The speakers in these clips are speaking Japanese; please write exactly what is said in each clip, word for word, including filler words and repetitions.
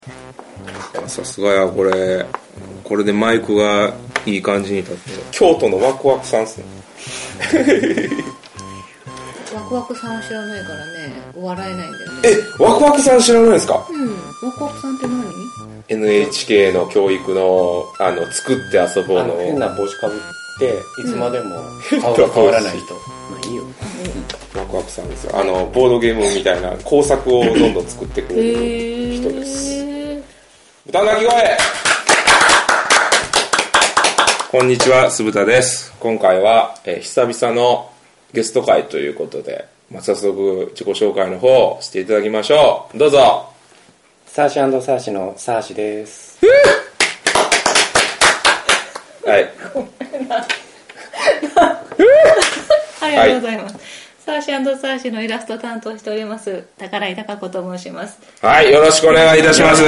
さすがや、これこれでマイクがいい感じに立って京都のワクワクさんっすねワクワクさんを知らないからね笑えないんだよね。 え、ワクワクさん知らないんですか？ うん、ワクワクさんって何？ エヌエイチケー の教育のあの作って遊ぼうの変な帽子かぶっていつまでも顔が変わらない人、まあいいよ、 うん、ワクワクさんですよ。あのボードゲームみたいな工作をどんどん作ってくれる人です。歌鳴き声。こんにちは、酢豚です。今回は、えー、久々のゲスト会ということで、まあ、早速自己紹介の方していただきましょう。どうぞ。 サーシ&サーシのサーシです。 はい。 ありがとうございます。はい、サーシ&サーシのイラスト担当しております宝井貴子と申します。 はい、よろしくお願いいたします。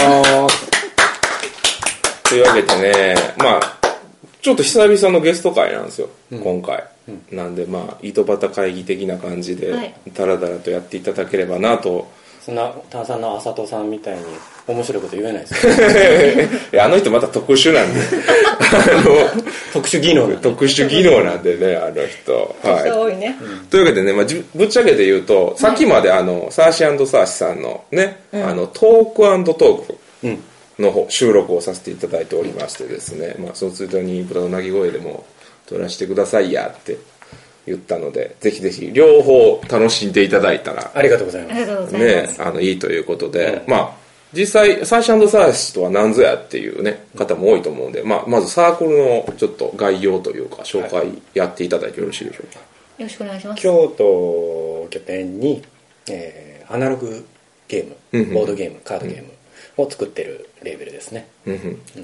というわけでね、まあちょっと久々のゲスト会なんですよ、うん、今回、うん、なんでまあ井戸端会議的な感じで、はい、だらだらとやっていただければなと。 そんな炭酸の浅戸さんみたいに面白いこと言えないですよあの人また特殊なんであの特殊技能特殊技能なんでね、あの人。 はい、多いね、 うん、というわけでね、まあ、ぶっちゃけて言うと、さっきまであのサーシ&サーシさんのね、うん、あのトーク&トーク、うんの方収録をさせていただいておりましてですね、まあ、そのついでに豚の鳴き声でも撮らせてくださいやって言ったので、ぜひぜひ両方楽しんでいただいたらありがとうございますね、あのいいということで、うん、まあ実際サーシ&サーシとは何ぞやっていうね方も多いと思うんで、まあ、まずサークルのちょっと概要というか紹介やっていただいてよろしいでしょうか。 よろしくお願いします。 京都を拠点に、えー、アナログゲーム、うんうん、ボードゲーム、カードゲーム、うんを作ってるレーベルですね、 うんうん、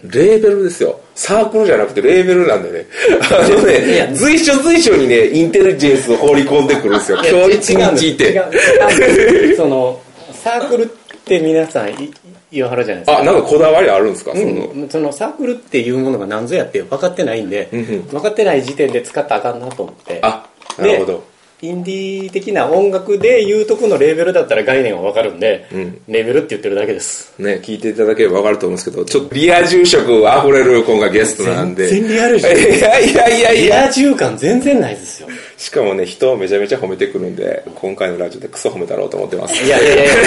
レーベルですよ。サークルじゃなくてレーベルなんでね、あのね随所随所にねインテリジェンスを放り込んでくるんですよ。今日一日いてそのサークルって皆さん言わはるじゃないですか。 あ、なんかこだわりあるんですか、うん、 そのそのサークルっていうものが何ぞやって分かってないんで、うんうん、分かってない時点で使ったらあかんなと思って。 あ、なるほど。 インディー的な音楽でいうとこのレーベルだったら概念は分かるんで、うん、レーベルって言ってるだけですね。 聞いていただければ分かると思うんですけど、ちょっとリア充色あふれる今回ゲストなんで全然リアルじゃん。いやいやいやいや、 リア充感全然ないですよ。 しかもね、人をめちゃめちゃ褒めてくるんで、今回のラジオでクソ褒めたろうと思ってます。 いやいやいやいや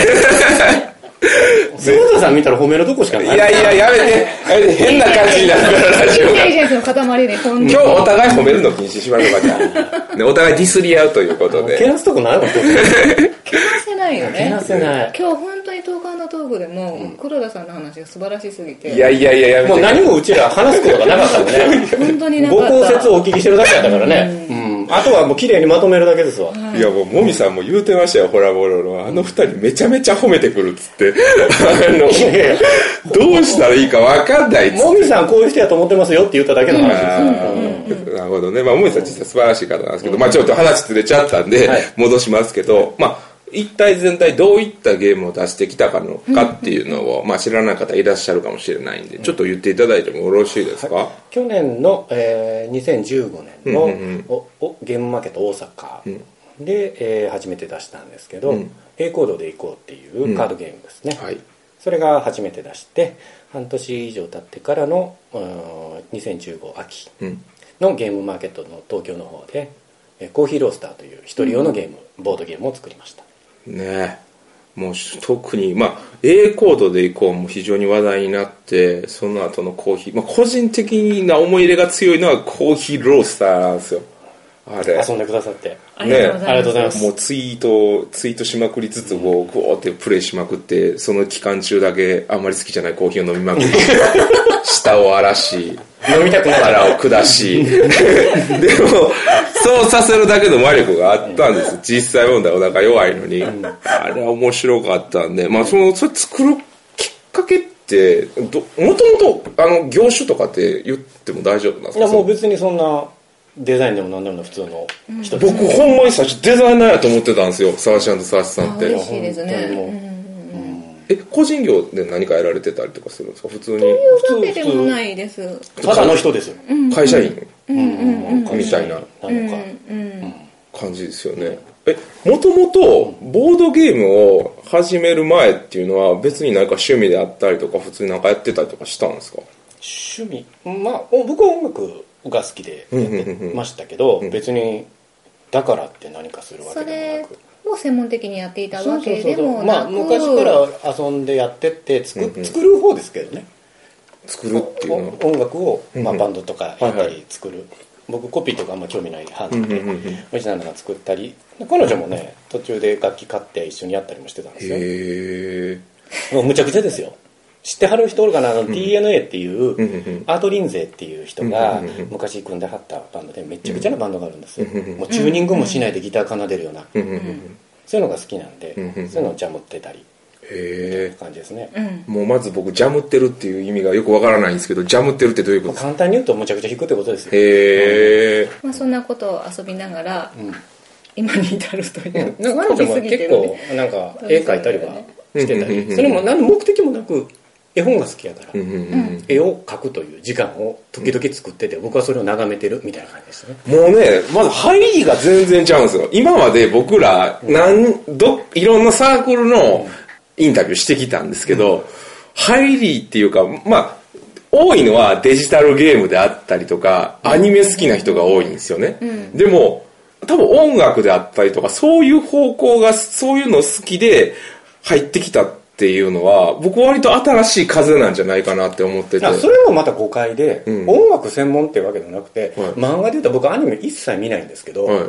鈴田さん見たら褒めるとこしかない。 いやいややめて、やめて、変な感じになるからラジオが。 インテリジェンスの塊で、 今日お互い褒めるの禁止しましょうか、じゃあ、ね、お互いディスり合うということで。 けなすとこないわけけなせないよね。 けなせない。 今日本当にトーク&トークでも、うん、黒田さんの話が素晴らしすぎて。 いやいやいややめて。 もう何もうちら話すことがなかったんでね。 本当になかった。 ご考説をお聞きしてるだけだったからね。うん。うん、あとはもう綺麗にまとめるだけですわ。 いやもうもみさんも言うてましたよ、ホラボロのあの二人めちゃめちゃ褒めてくるっつって。あのどうしたらいいか分かんないっつって。 もみさんこういう人やと思ってますよって言っただけの話です。 なるほどね。まあもみさん実は素晴らしい方なんですけど、うん、まあちょっと話ずれちゃったんで、はい、戻しますけど、まあ一体全体どういったゲームを出してきたかのかっていうのを、まあ、知らない方いらっしゃるかもしれないんでちょっと言っていただいてもよろしいですか。はい、 去年の、えー、にせんじゅうごねんの、うんうんうん、おおゲームマーケット大阪で、えー、初めて出したんですけど、うん、A コードでいこうっていうカードゲームですね、うんはい、それが初めて出して半年以上経ってからのにせんじゅうご秋のゲームマーケットの東京の方でコーヒーロースターという一人用のゲーム、うん、ボードゲームを作りましたね。もう特にまあ A コードで以降も非常に話題になって、その後のコーヒー、まあ、個人的な思い入れが強いのはコーヒーロースターなんですよ。あれ遊んでくださってありがとうございます、 ね、ありがとうございます。 もうツイートツイートしまくりつつこうグーってプレイしまくって、その期間中だけあんまり好きじゃないコーヒーを飲みまくり舌を荒らし飲みたくない腹を下しでもそうさせるだけの魔力があったんです。実際問題お腹弱いのに、うん、あれは面白かったんで、まあそのそれ作るきっかけってどもともとあの業種とかって言っても大丈夫なんですか。 いやもう別にそんなデザインでも何でも普通の人、 うん、僕ほんまに最初デザイナーやと思ってたんですよ、サーシ&サーシさんって。 嬉しいですね。 え、個人業で何かやられてたりとかするんですか。普通に。 そういうわけでもないです。 ただの人ですよ、 会社員、うんうんうん、みたいななのか、 感じですよね。 え、もともとボードゲームを始める前っていうのは別に何か趣味であったりとか普通に何かやってたりとかしたんですか？ 趣味、まあ僕は音楽が好きでやってましたけど、別にだからって何かするわけでもなく、 それを専門的にやっていたわけでもなく、 まあ昔から遊んでやってって作、うんうん、作る方ですけどね。 作るっていうのは音楽を、まあ、バンドとかやったり作る、はいはい、僕コピーとかあんま興味ない派なので、オリジナルが作ったり、彼女もね途中で楽器買って一緒にやったりもしてたんですよ。 へー、もうむちゃくちゃですよ。知ってはる人おるかな、あの ティーエヌエー っていう、うん、アートリンゼっていう人が昔組んではったバンドでめちゃくちゃなバンドがあるんですよ。もうチューニングもしないでギター奏でるような、そういうのが好きなんで、そういうのをジャムってたりへー感じですね、 うん、もうまず僕ジャムってるっていう意味がよくわからないんですけど、ジャムってるってどういうことですか？ 簡単に言うとむちゃくちゃ弾くってことですよ。 へー、 まあ、そんなことを遊びながら、うん、今に至るという、 うん、なんか彼女も結構なんか絵描いたりはしてたり、それも何の目的もなく絵本が好きやから、うんうんうん、絵を描くという時間を時々作ってて、僕はそれを眺めてるみたいな感じですね。 もうね、まず入りが全然ちゃうんですよ。今まで僕ら何どいろんなサークルのインタビューしてきたんですけど、うん、入りっていうか、まあ多いのはデジタルゲームであったりとかアニメ好きな人が多いんですよね、うん、でも多分音楽であったりとかそういう方向がそういうの好きで入ってきたっていうのは僕割と新しい風なんじゃないかなって思ってて、 あ、それもまた誤解で、うん、音楽専門っていうわけではなくて、はい、漫画でいうと僕アニメ一切見ないんですけど、はい、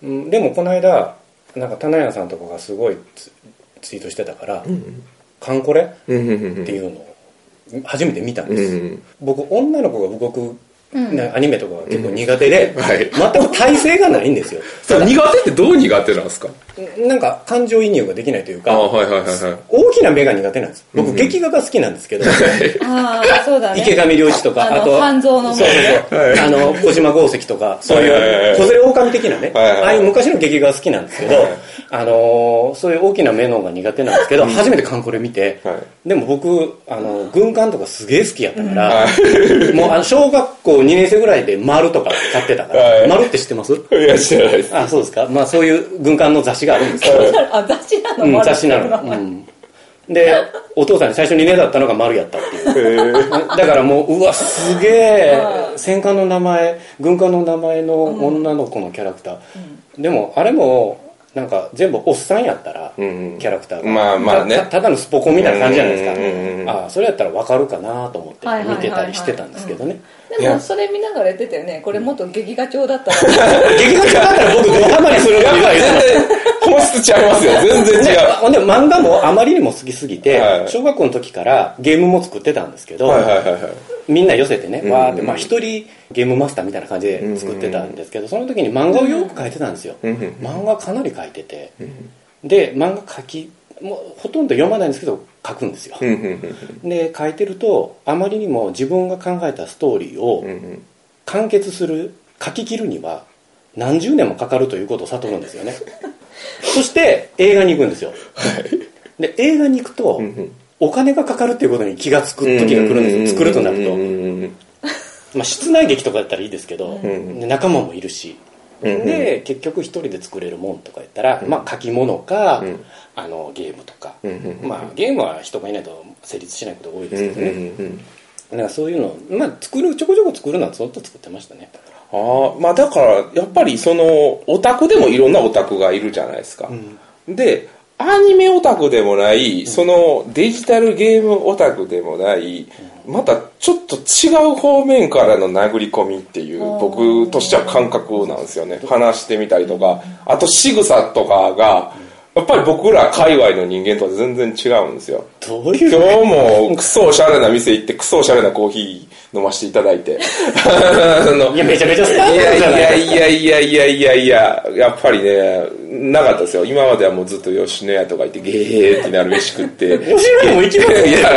うん、でもこの間なんか棚屋さんとかがすごい ツ, ツイートしてたから、うん、カンコレっていうのを初めて見たんです、うん、僕女の子が動くうん、アニメとかが結構苦手で、うん、はい、全く耐性がないんですよ。 苦手ってどう苦手なんですか？ なんか感情移入ができないというか、 あ、はいはいはいはい、 大きな目が苦手なんです。僕、うん、劇画が好きなんですけど、 あ、そうだね、 池上良一とか、 あと半蔵の目、 そうそうそう、はい、あの小島豪石とか、そういう小連れ狼的なね、はいはいはい、ああいう昔の劇画が好きなんですけど、はいはい、あのそういう大きな目のが苦手なんですけど、うん、初めてカンコレ見て、はい、でも僕あの軍艦とかすげえ好きやったから、うん、もうあの小学校にねん生ぐらいで丸とか買ってたから、はい、丸って知ってます？いや、知らないです。 あ、そうですか。まあそういう軍艦の雑誌があるんですけど、 あ、雑誌なの？ うん、雑誌なの、うん、でお父さんに最初にねだったのが丸やったっていうだからもううわすげえ戦艦の名前軍艦の名前の女の子のキャラクター、うん、でもあれもなんか全部おっさんやったら、うん、キャラクターが、 まあまあね、 た, ただのスポコンみたいな感じじゃないですか。ああ、それやったら分かるかなと思って見てたりしてたんですけどね。 でもそれ見ながらやってたよね。これもっと劇画調だったら劇画調だったら僕ドハマりするやっぱり全然本質違いますよ。全然違う。 ほんで漫画もあまりにも好きすぎて、はい、小学校の時からゲームも作ってたんですけど、はいはいはいはい、みんな寄せてね、わーって、まあ一人ゲームマスターみたいな感じで作ってたんですけど、その時に漫画をよく描いてたんですよ。漫画かなり描いてて、で漫画描きもうほとんど読まないんですけど書くんですよ。で書いてるとあまりにも自分が考えたストーリーを完結する書き切るには何十年もかかるということを悟るんですよね。そして映画に行くんですよ。で映画に行くとお金がかかるっていうことに気がつく時が来るんですよ。作るとなると、まあ、室内劇とかだったらいいですけど、仲間もいるし、で結局一人で作れるもんとか言ったら、まあ書き物か、あのゲームとか、まあゲームは人がいないと成立しないことが多いですけどね。だからそういうの、まあ作るちょこちょこ作るのはずっと作ってましたね。 ああ、まあだからやっぱりそのオタクでもいろんなオタクがいるじゃないですか。うん、でアニメオタクでもない、そのデジタルゲームオタクでもない、またちょっと違う方面からの殴り込みっていう僕としては感覚なんですよね。話してみたりとか、あと仕草とかがやっぱり僕ら界隈の人間とは全然違うんですよ。 どういう？ 今日もクソおしゃれな店行ってクソおしゃれなコーヒー飲ませていただいていやめちゃめちゃスタンダードじゃない。 いやいやいやいやいやいややっぱりねなかったですよ。今まではもうずっと吉野家とか行ってゲーってなる飯食って吉野家も行きますよ。いや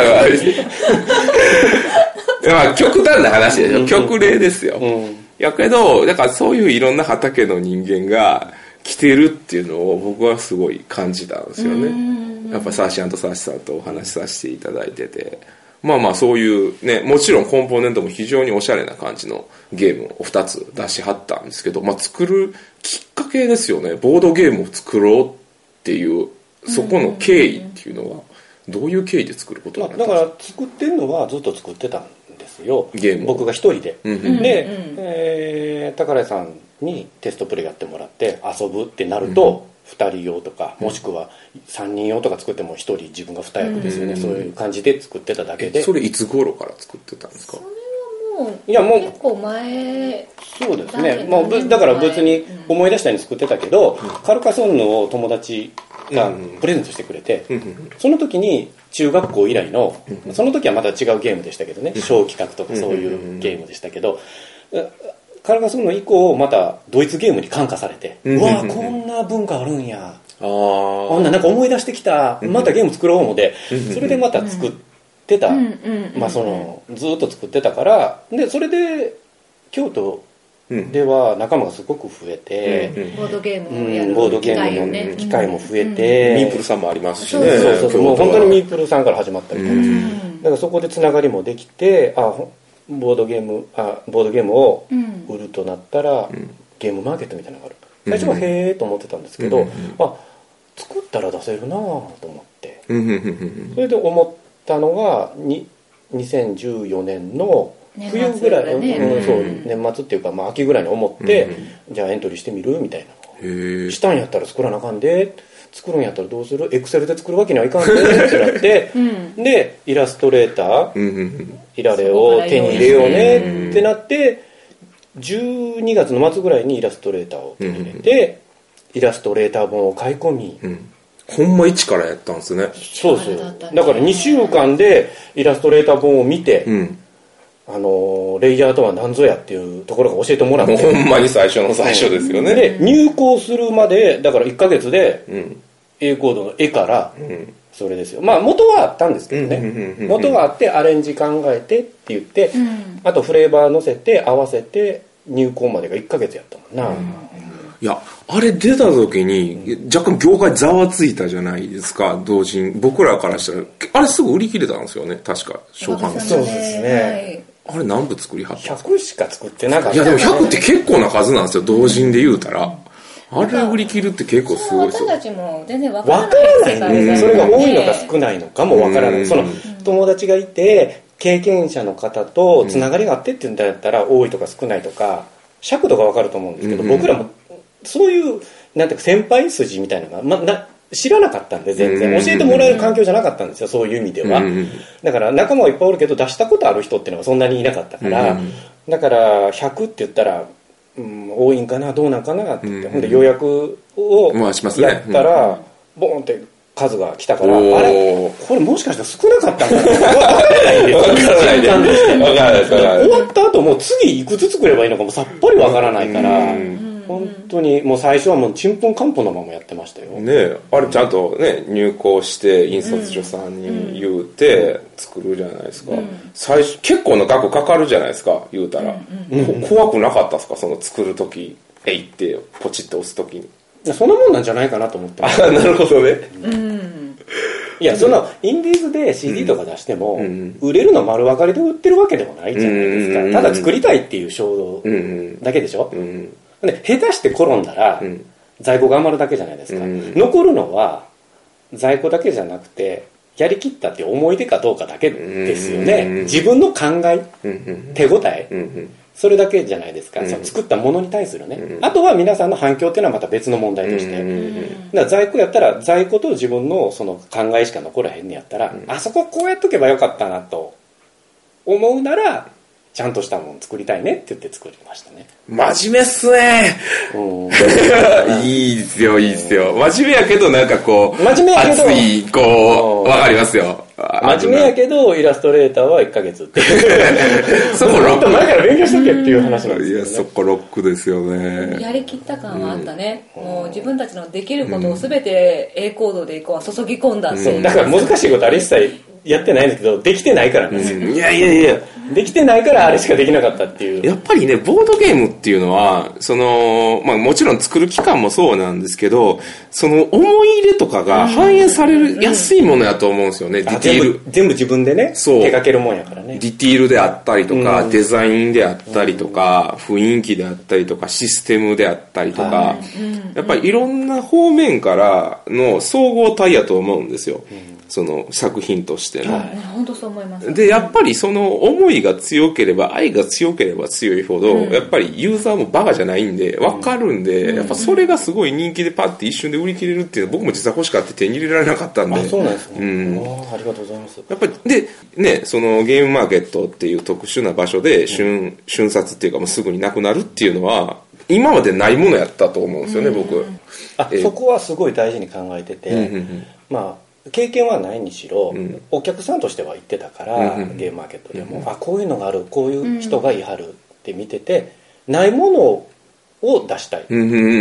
まあ極端な話でしょ。極例ですよ、うん、やけどだからそういういろんな畑の人間が来てるっていうのを僕はすごい感じたんですよね。やっぱサーシ&サーシさんとお話しさせていただいてて、まあまあそういうね、もちろんコンポーネントも非常におしゃれな感じのゲームをふたつ出しはったんですけど、まあ作るきっかけですよね。ボードゲームを作ろうっていうそこの経緯っていうのはどういう経緯で作ることになったんですか？ だから作ってるのはずっと作ってたんですよ、 ゲーム僕が一人で、 うんうん、 で、えー、宝井さんにテストプレイやってもらって遊ぶってなると、うん、ふたり用とかもしくはさんにん用とか作ってもひとり自分がに役ですよね、うん、そういう感じで作ってただけで。 それいつ頃から作ってたんですか？ もういやもう結構前。 そうですね、もうだから別に思い出したように作ってたけど、うん、カルカソンヌを友達がプレゼントしてくれて、うん、その時に中学校以来の、うん、その時はまた違うゲームでしたけどね、うん、小企画とかそういうゲームでしたけど、うん、カルカソンヌ以降またドイツゲームに感化されて、うん、うわーこんな文化あるんや、あこんななんか思い出してきた、またゲーム作ろう思ってそれでまた作ってた、まあそのずっと作ってたからで、それで京都では仲間がすごく増えて、 うんうん、ボードゲームをやるボードゲームの機会も増えて、 うん、ミープルさんもありますしね。 そうそうそう、もう本当にミープルさんから始まったりとか、うん、だからそこでつながりもできて、あボードゲームあボードゲームを売るとなったら、うん、ゲームマーケットみたいなのがある。最初はへーと思ってたんですけど、うん、あ作ったら出せるなと思って、うん、それで思ったのがににせんじゅうよねんの冬ぐらい、ねうん、そう年末っていうか、まあ、秋ぐらいに思って、うん、じゃあエントリーしてみるみたいな、したんやったら作らなあかんで、作るんやったらどうする、エクセルで作るわけにはいかんでってなって、うん、でイラストレーター、うん、イラレを手に入れようねってなって、じゅうにがつの末ぐらいにイラストレーターを手に入れて、うん、イラストレーター本を買い込み、うん、 ほんま一からやったんですね。 そうそう、だからにしゅうかんでイラストレーター本を見て、うんあのレイヤーとは何ぞやっていうところが教えてもらって、 もうほんまに最初の最初ですよね。 で入校するまでだからいっかげつで A コードの絵からそれですよ。まあ元はあったんですけどね、元はあってアレンジ考えてって言って、うん、あとフレーバー乗せて合わせて入校までがいっかげつやったもんな、うん、 いやあれ出た時に若干業界ざわついたじゃないですか。同時に僕らからしたらあれすぐ売り切れたんですよね、確か初版。 そうですね、はいあれ何部作りはったんですか？ ひゃくしか作ってなかった、ね、 いやでもひゃくって結構な数なんですよ、同人で言うたら。あれ売り切るって結構すごいですよ。 私たちも全然分からないない、ね、それが多いのか少ないのかも分からない。その友達がいて経験者の方とつながりがあってっていうんだったら多いとか少ないとか尺度が分かると思うんですけど、僕らもそういうなんていうか先輩筋みたいなのが、まな知らなかったんで全然教えてもらえる環境じゃなかったんですよ、そういう意味では。だから仲間はいっぱいおるけど出したことある人っていうのがそんなにいなかったから、だからひゃくって言ったら、うん、多いんかなどうなんかなって言って、ほんで予約をやったらボーンって数が来たから、あれこれもしかしたら少なかったんかな分からないで分からないで分からないです。終わった後もう次いくつ作ればいいのかもさっぱり分からないから、本当にもう最初はもうちんぷんかんぷんのままやってましたよね。えあれちゃんとね入稿して印刷所さんに言うて作るじゃないですか、うん、最初結構な額かかるじゃないですか言うたら、うんうん、怖くなかったですか、その作る時えいってポチッと押す時に。 いやそんなもんなんじゃないかなと思ってます。 あなるほどね、 うん、いやそのインディーズで シーディー とか出しても、うん、売れるの丸分かりで売ってるわけでもないじゃないですか、うん、ただ作りたいっていう衝動だけでしょ、うんうんで下手して転んだら、うん、在庫が余るだけじゃないですか、うん、残るのは在庫だけじゃなくてやりきったっていう思い出かどうかだけですよね、うん、自分の考え、うん、手応え、うん、それだけじゃないですか、うん、その作ったものに対するね、うん、あとは皆さんの反響っていうのはまた別の問題として、うん、だから在庫やったら在庫と自分のその考えしか残らへんねやったら、うん、あそここうやっとけばよかったなと思うならちゃんとしたもの作りたいねって言って作りましたね。 真面目っすね。いいですよいいですよ。真面目やけどなんかこう真面目やけど熱いこうわかりますよ。 真面目やけどイラストレーターはいっかげつってそこロック前から勉強しとけっていう話なんですよね。 いやそこロックですよね。 やりきった感はあったね、うん、もう自分たちのできることを全て A コードでこう注ぎ込んだっていう、 うん、だから難しいことあれ一切やってないんですけどできてないからね、 うん、いやいやいやできてないからあれしかできなかったっていう。 やっぱりね、ボードゲームっていうのは、その、まあもちろん作る期間もそうなんですけど、その思い入れとかが反映されやすいものやと思うんですよね、ディティール。 全部、全部自分でね、 そう手掛けるもんやからね。 ディティールであったりとか、うん、デザインであったりとか、うん、雰囲気であったりとか、システムであったりとか、うん、やっぱりいろんな方面からの総合体やと思うんですよ。うんその作品としての、 はい、本当そう思います。 でやっぱりその思いが強ければ愛が強ければ強いほど、うん、やっぱりユーザーもバカじゃないんで分かるんで、うん、やっぱそれがすごい人気でパッて一瞬で売り切れるっていうのは僕も実は欲しかった手に入れられなかったんで。 あ、そうなんですね、 うん、 あ, ありがとうございます。 やっぱりでね、そのゲームマーケットっていう特殊な場所で瞬、うん、瞬殺っていうかもうすぐになくなるっていうのは今までないものやったと思うんですよね、うん、僕あ、えー、そこはすごい大事に考えてて、うんうんうん、まあ経験はないにしろ、うん、お客さんとしては行ってたから、うん、ゲームマーケットでも、うん、あこういうのがあるこういう人がいはるって見てて、うん、ないものを出したい、うん、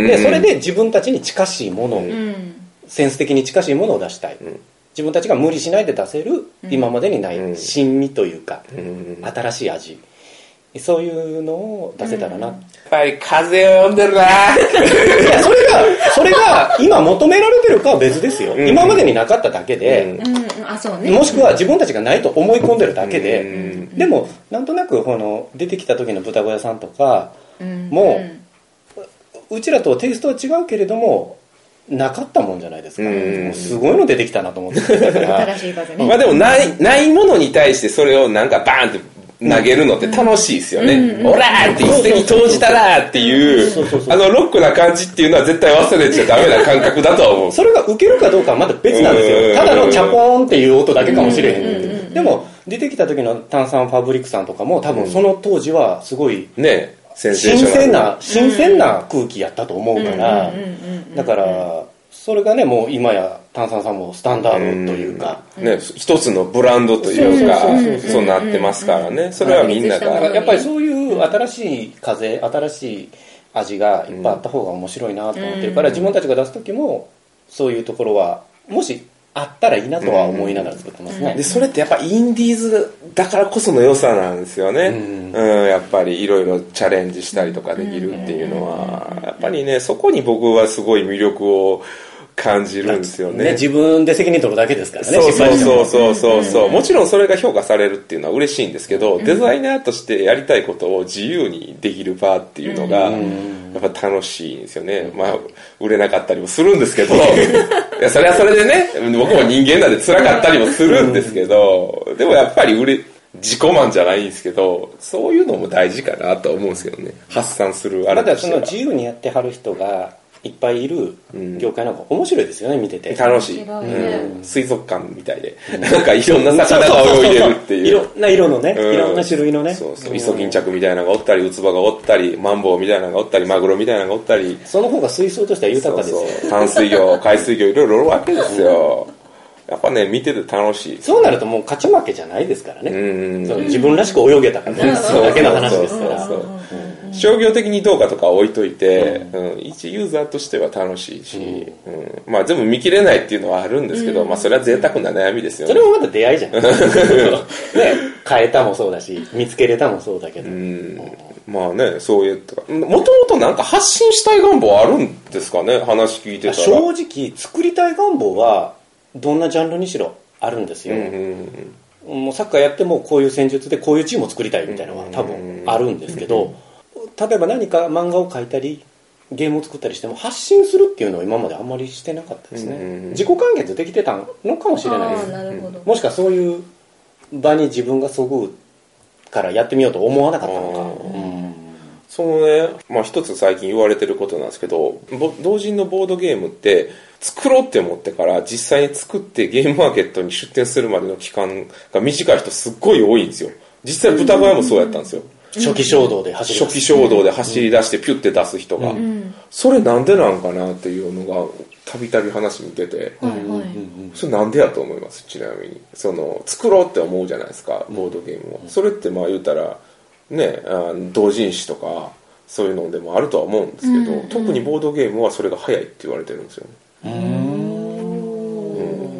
でそれで自分たちに近しいものを、うん、センス的に近しいものを出したい、うん、自分たちが無理しないで出せる、うん、今までにない新味というか、うん、新しい味、そういうのを出せたらな、うん、やっぱり風を読んでるな。いやそれがそれが今求められてるかは別ですよ、うん、今までになかっただけで、うんうん、あそうね、もしくは自分たちがないと思い込んでるだけで、うん、でもなんとなくこの出てきた時の豚小屋さんとかも、うん、うちらとテイストは違うけれどもなかったもんじゃないですか、うん、もうすごいの出てきたなと思って新しい風ね。 まあでもない、ないものに対してそれをなんかバーンって投げるのって楽しいですよね、うん、オラーって一斉に投じたらっていうあのロックな感じっていうのは絶対忘れちゃダメな感覚だと思う。 それが受けるかどうかはまた別なんですよ。ただのチャポーンっていう音だけかもしれへん。でも出てきた時の炭酸ファブリックさんとかも多分その当時はすごいね新鮮な新鮮な空気やったと思うからだからそれがねもう今や炭酸さんもスタンダードというか、 うんね、一つのブランドというかそうなってますからね。それはみんながやっぱりそういう新しい風新しい味がいっぱいあった方が面白いなと思ってるから、自分たちが出す時もそういうところはもしあったらいいなとは思いながら作ってますね。 でそれってやっぱインディーズだからこその良さなんですよね、うんうん、やっぱりいろいろチャレンジしたりとかできるっていうのはやっぱりねそこに僕はすごい魅力を感じるんですよ ね, ね自分で責任取るだけですからね。 そうそうそうそうそうそう、もちろんそれが評価されるっていうのは嬉しいんですけど、デザイナーとしてやりたいことを自由にできる場っていうのがやっぱ楽しいんですよね。まあ売れなかったりもするんですけどいやそれはそれでね僕も人間なんで辛かったりもするんですけど、でもやっぱり売れ自己満じゃないんですけどそういうのも大事かなと思うんですけどね。発散するあれとしてはまだその自由にやってはる人がいっぱいいる業界なんか面白いですよね、見てて楽しい、うん、水族館みたいで、うん、なんかいろんな魚が泳いでるっていういろんな色のね、うん、いろんな種類のねそうそうイソギンチャクみたいなのがおったりウツボがおったりマンボウみたいなのがおったりマグロみたいなのがおったりその方が水槽としては豊かですよ。そうそう淡水魚海水魚いろいろおるわけですよ、うん、やっぱね見てて楽しい。 そうなるともう勝ち負けじゃないですからね、うんそう自分らしく泳げたからねそれだけの話ですから。 商業的にどうかとか置いといて、うんうん、一ユーザーとしては楽しいし、うんうんまあ、全部見切れないっていうのはあるんですけど、うんまあ、それは贅沢な悩みですよね。 それもまた出会いじゃんね変えたもそうだし見つけれたもそうだけど、うん、 まあねそういうもともとなんか発信したい願望あるんですかね。話聞いてたら正直作りたい願望はどんなジャンルにしろあるんですよ、うんうんうん、もうサッカーやってもこういう戦術でこういうチームを作りたいみたいなのは多分あるんですけど、うんうん例えば何か漫画を描いたりゲームを作ったりしても発信するっていうのを今まであんまりしてなかったですね、うんうんうん、自己完結できてたのかもしれないです。 なるほど。 もしくはそういう場に自分がそぐうからやってみようと思わなかったのか、うん、 そのね、まあ、一つ最近言われてることなんですけど同人のボードゲームって作ろうって思ってから実際に作ってゲームマーケットに出店するまでの期間が短い人すっごい多いんですよ。実際豚小屋もそうやったんですよ、うん初期衝動で走り出す初期衝動で走り出してピュッて出す人が、うん、それなんでなんかなっていうのがたびたび話見てて、はいはい、それなんでやと思います。ちなみにその作ろうって思うじゃないですかボードゲームを、うん、それってまあ言うたらねあ同人誌とかそういうのでもあるとは思うんですけど、うん、特にボードゲームはそれが早いって言われてるんですよね。うん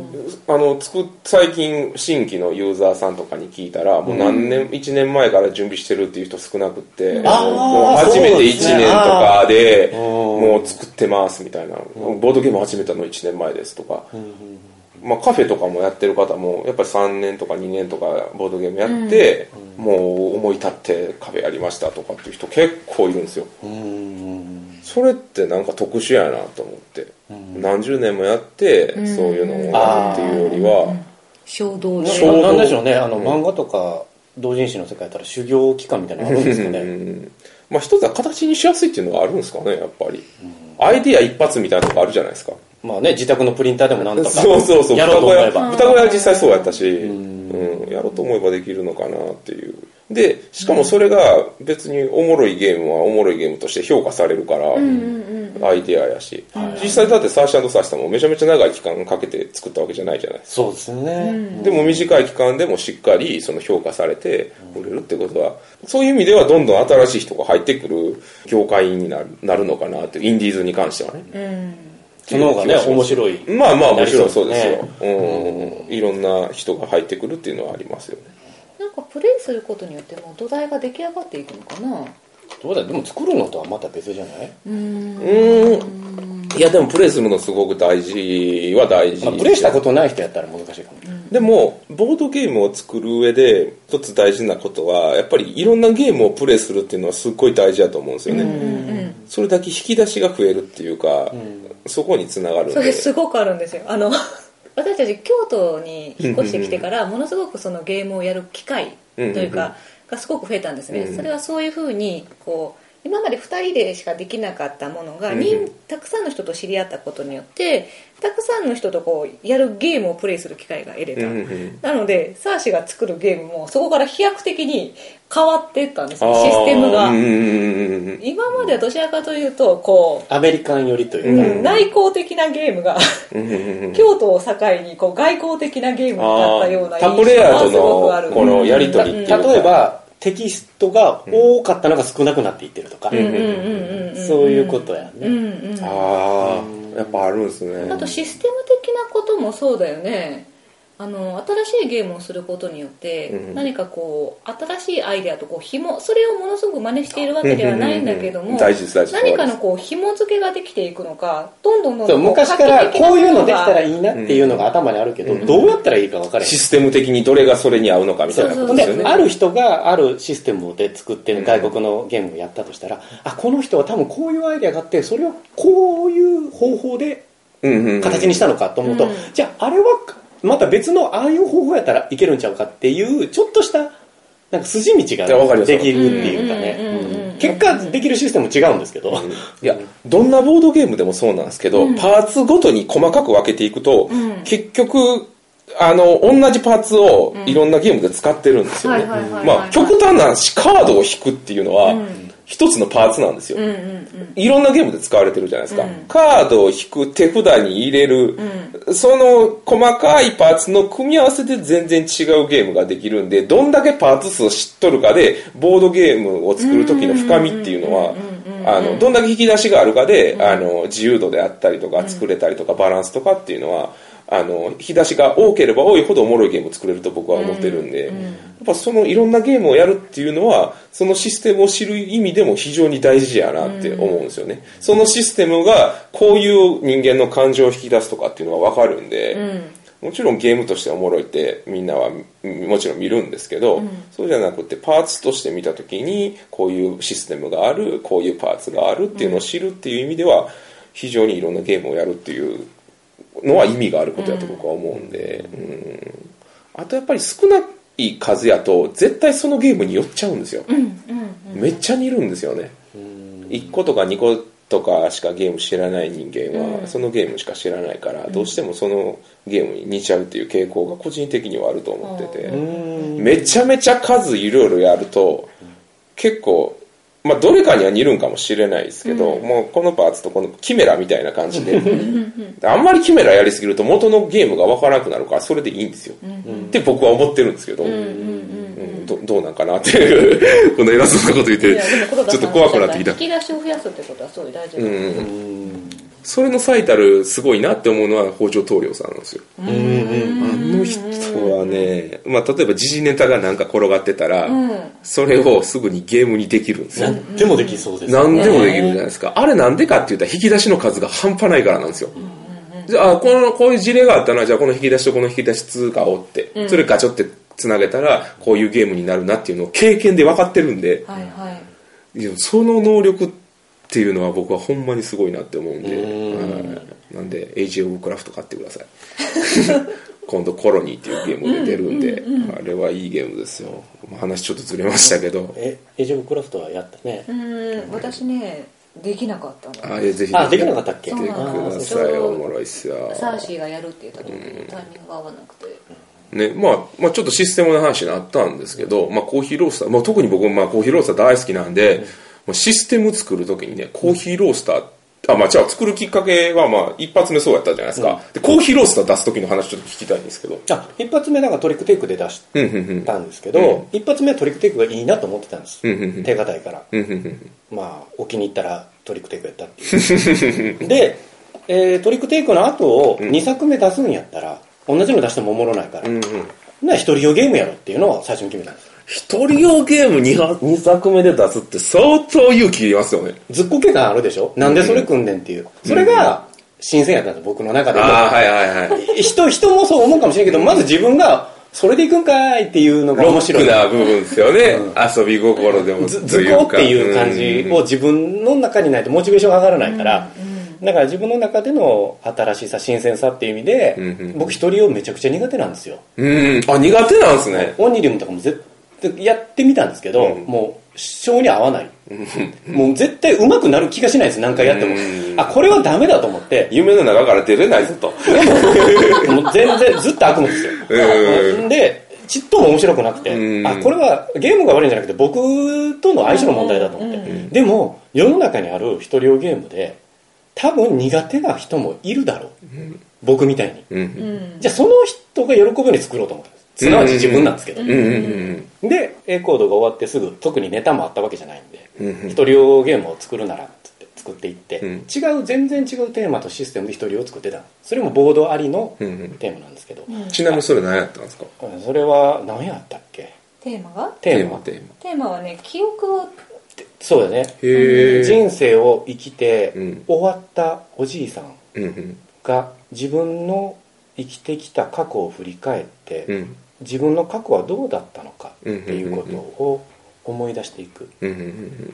あのつく最近新規のユーザーさんとかに聞いたらもう何年、うん、いちねんまえから準備してるっていう人少なくって、もう初めていちねんとかでもう作ってますみたいな、ボードゲーム始めたのいちねんまえですとか、まあ、カフェとかもやってる方もやっぱりさんねんとかにねんとかボードゲームやって、うん、もう思い立ってカフェやりましたとかっていう人結構いるんですよ。うん、それってなんか特殊やなと思って、うん、何十年もやってそういうのをやるっていうよりは衝動で衝動なんでしょうね。あの、うん、漫画とか同人誌の世界だったら修行期間みたいなのあるんですかね。うん、まあ、 一つは形にしやすいっていうのがあるんですかねやっぱり、うん、アイディア一発みたいなとこあるじゃないですか。 まあね、自宅のプリンターでもなんとかそうそうそうやろうと思えば豚小屋は実際そうやったし、うん、やろうと思えばできるのかなっていう。でしかもそれが別におもろいゲームはおもろいゲームとして評価されるから、アイデアやし、実際だってサーシ&サーシさんもめちゃめちゃ長い期間かけて作ったわけじゃないじゃないですか。 そうですよね。 でも短い期間でもしっかりその評価されて売れるってことは、そういう意味ではどんどん新しい人が入ってくる業界になる、なるのかなってインディーズに関してはね。うんその方がね面白い。 まあまあ面白いそうですよ、うん、いろんな人が入ってくるっていうのはありますよね。 なんかプレイすることによっても土台が出来上がっていくのかな。 どうだでも作るのとはまた別じゃない？ うーんいやでもプレイするのすごく大事は大事、 まあ、プレイしたことない人やったら難しいかも、うん、 でもボードゲームを作る上で一つ大事なことはやっぱりいろんなゲームをプレイするっていうのはすっごい大事だと思うんですよね、うんうんうん、それだけ引き出しが増えるっていうか、うん、そこにつながるんで。 それすごくあるんですよ。あの私たち京都に引っ越してきてからものすごくそのゲームをやる機会というかがすごく増えたんですね、うんうん、それはそういうふうにこう今までふたりでしかできなかったものが、うんうん、たくさんの人と知り合ったことによってたくさんの人とこうやるゲームをプレイする機会が得れた、うんうん、なのでサーシが作るゲームもそこから飛躍的に変わっていったんですよシステムが、うんうんうん、今まではどちらかというとこうアメリカン寄りというか、 うん、内向的なゲームが京都を境にこう外交的なゲームになったような印象がすごくある。 このやり取りっていうか、 例えばテキストが多かったのが少なくなっていってるとか、そういうことやね、うんうん、 ああやっぱあるんですね。 あとシステム的なこともそうだよね。あの新しいゲームをすることによって、うん、何かこう新しいアイデアとこう紐それをものすごく真似しているわけではないんだけども、 大事です大事です。 何かのこう紐付けができていくのかどんどんどんどん昔からこういうのできたらいいなっていうのが頭にあるけど、うん、どうやったらいいか分からへん、 システム的にどれがそれに合うのかみたいなことですよね。 である人があるシステムで作ってる外国のゲームをやったとしたら、うん、あこの人は多分こういうアイデアがあってそれをこういう方法で形にしたのかと思うと、うんうん、じゃああれはまた別のああいう方法やったらいけるんちゃうかっていうちょっとしたなんか筋道ができるっていうかね、結果できるシステム違うんですけど、うん、 いやどんなボードゲームでもそうなんですけど、うん、パーツごとに細かく分けていくと、うん、結局あの同じパーツをいろんなゲームで使ってるんですよね。まあ極端な話カードを引くっていうのは、うん一つのパーツなんですよ、うんうんうん、いろんなゲームで使われてるじゃないですか、うん、カードを引く手札に入れる、うん、その細かいパーツの組み合わせで全然違うゲームができるんでどんだけパーツ数を知っとるかでボードゲームを作る時の深みっていうのはあのどんだけ引き出しがあるかで、うん、あの自由度であったりとか作れたりとかバランスとかっていうのはあの引き出しが多ければ多いほどおもろいゲームを作れると僕は思ってるんで、うんうん、やっぱそのいろんなゲームをやるっていうのはそのシステムを知る意味でも非常に大事やなって思うんですよね、うん、そのシステムがこういう人間の感情を引き出すとかっていうのが分かるんで、うん、もちろんゲームとしておもろいってみんなはもちろん見るんですけど、うん、そうじゃなくてパーツとして見た時にこういうシステムがあるこういうパーツがあるっていうのを知るっていう意味では非常にいろんなゲームをやるっていうのは意味があることだと僕は思うんで、うん、あとやっぱり少ない数やと絶対そのゲームに寄っちゃうんですよ、うんうんうん、めっちゃ似るんですよね、うん、いっことかにことかしかゲーム知らない人間はそのゲームしか知らないからどうしてもそのゲームに似ちゃうっていう傾向が個人的にはあると思ってて、うん、めちゃめちゃ数いろいろやると結構まあ、どれかには似るんかもしれないですけど、うん、もうこのパーツとこのキメラみたいな感じであんまりキメラやりすぎると元のゲームが分からなくなるからそれでいいんですよ、うん、って僕は思ってるんですけど、うんうん、ど, どうなんかなっていうこの偉そうなこと言ってちょっと怖くなってきた。 引き出しを増やすってことはすごい大事なんです、うんそれの最たるすごいなって思うのは北条棟梁さんなんですよ。うんうん、あの人はね、まあ、例えば時事ネタがなんか転がってたら、うん、それをすぐにゲームにできるんですよ。 何でもできそうですね。 何でもできるじゃないですか。あれなんでかって言ったら引き出しの数が半端ないからなんですよ。じゃあこのこういう事例があったな、じゃあこの引き出しとこの引き出し通貨をって、うん、それガチョってつなげたらこういうゲームになるなっていうのを経験で分かってるんで、はいはい、その能力っていうのは僕はほんまにすごいなって思うんで、うんなんでエイジ・オブ・クラフト買ってください今度コロニーっていうゲームで出るんで、うんうんうん、あれはいいゲームですよ。話ちょっとずれましたけど、 えエイジ・オブ・クラフトはやったね。 うん私ねできなかったの。 あ、ぜひあできなかったっけ。 見てください。おもろいっすよ。 サーシーがやるって言った時にタイミングが合わなくて、 ね、まあ、まあちょっとシステムの話になったんですけど、まあ、コーヒーロースター、まあ、特に僕もまあコーヒーロースター大好きなんで、うん、システム作る時にねコーヒーロースター、あ、まあ、じゃあ作るきっかけはまあ一発目そうやったじゃないですか、うん、でコーヒーロースター出す時の話ちょっと聞きたいんですけど。 あ一発目なんかトリックテイクで出したんですけど、うんうんうん、一発目はトリックテイクがいいなと思ってたんです、うんうんうん、手堅いから、うんうんうん、まあ置きに行ったらトリックテイクやったっていうで、えー、トリックテイクの後をにさくめ出すんやったら、うん、同じの出してもおもろないから、うんうん、な一人用ゲームやろっていうのを最初に決めたんです。 一人用ゲーム 2, 2作目で出すって相当勇気いりますよね。 ずっこけ感あるでしょ。なんでそれ組んでんっていう、うん、それが新鮮やったんです僕の中でも。 あ、はいはいはい、 人, 人もそう思うかもしれんけど、まず自分がそれでいくんかいっていうのが面白い。 ロックな部分ですよね、うん、遊び心でもずずこっていう感じを自分の中にないとモチベーションが上がらないから、うんうん、だから自分の中での新しさ新鮮さっていう意味で、うんうん、僕一人用めちゃくちゃ苦手なんですよ。 うん、あ苦手なんですね。 オニリウムとかも絶やってみたんですけど、うん、もう性に合わない、うん、もう絶対上手くなる気がしないです何回やっても、うん、あこれはダメだと思って夢の中から出れないぞともう全然ずっと悪夢ですよ、うん、でちっとも面白くなくて、うん、あこれはゲームが悪いんじゃなくて僕との相性の問題だと思って、うん、でも世の中にある一人用ゲームで多分苦手な人もいるだろう、うん、僕みたいに、うん、じゃあその人が喜ぶように作ろうと思ったすなわち自分なんですけど、うんうんうん、で A コードが終わってすぐ特にネタもあったわけじゃないんで、うんうん、一人用ゲームを作るならって作っていって、うん、違う全然違うテーマとシステムで一人用作ってた。それもボードありのテーマなんですけど、 うんうん、ちなみにそれ何やったんですか。 それは何やったっけ。 テーマがテーマテーマテーマはね記憶をそうだね。人生を生きて、うん、終わったおじいさんが自分の生きてきた過去を振り返って、うん、自分の過去はどうだったのかっていうことを思い出していく、うんうんうん、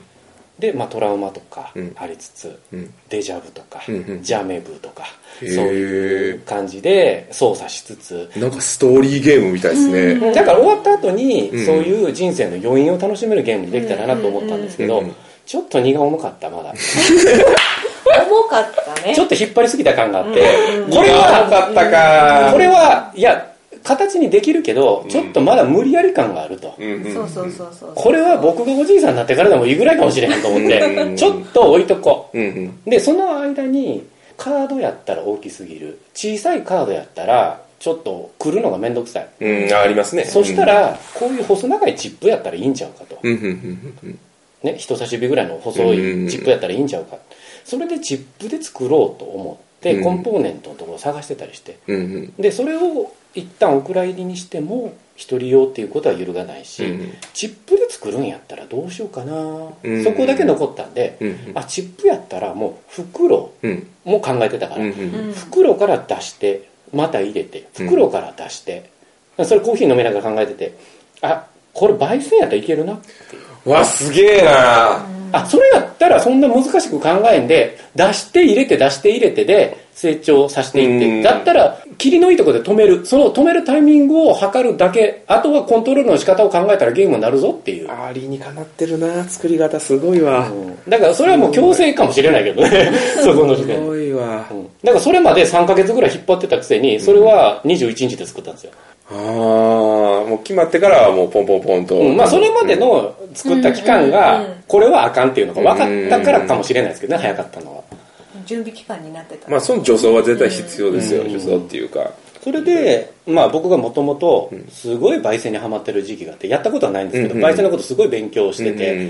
で、まあ、トラウマとかありつつ、うん、デジャブとか、うんうん、ジャメブとかそういう感じで操作しつつなんかストーリーゲームみたいですね、 うん、だから終わった後に、うん、そういう人生の余韻を楽しめるゲームにできたらなと思ったんですけど、うんうんうん、ちょっと荷が重かったまだ重かったね。 ちょっと引っ張りすぎた感があって、うん、これはかったかこれはいや形にできるけどちょっとまだ無理やり感があると、うん、 そうそうそうそう。 これは僕がおじいさんになってからでもいいぐらいかもしれへんと思ってちょっと置いとこう、うんうん、でその間にカードやったら大きすぎる、小さいカードやったらちょっと来るのがめんどくさい、 うん、ありますね。 そしたらこういう細長いチップやったらいいんちゃうかと、うんうんうんね、人差し指ぐらいの細いチップやったらいいんちゃうか、それでチップで作ろうと思ってコンポーネントのところを探してたりして、うん、でそれを一旦お蔵入りにしても一人用っていうことは揺るがないし、うん、チップで作るんやったらどうしようかな、うん、そこだけ残ったんで、うん、あチップやったらもう袋も考えてたから、うん、袋から出してまた入れて袋から出して、それコーヒー飲みながら考えてて、あこれ焙煎やったらいけるなっていう、 わすげえな、 あそれやったらそんな難しく考えんで出して入れて出して入れてで成長させていって、だったら霧のいいところで止める、その止めるタイミングを測るだけ、あとはコントロールの仕方を考えたらゲームになるぞっていう。 ありにかなってるな、作り方すごいわ、うん、 だからそれはもう強制かもしれないけどねそこの時点すごいわ、 うん、だからそれまでさんかげつぐらい引っ張ってたくせにそれはにじゅういちにちで作ったんですよ、 ああもう決まってからはもうポンポンポンと、 うん、まあそれまでの作った期間がこれはあかんっていうのが分かったからかもしれないですけどね、早かったのは準備期間になってた。 まあその助走は絶対必要ですよ、助走っていうか。 それでまあ僕がもともとすごい焙煎にハマってる時期があって、やったことはないんですけど、焙煎のことすごい勉強してて、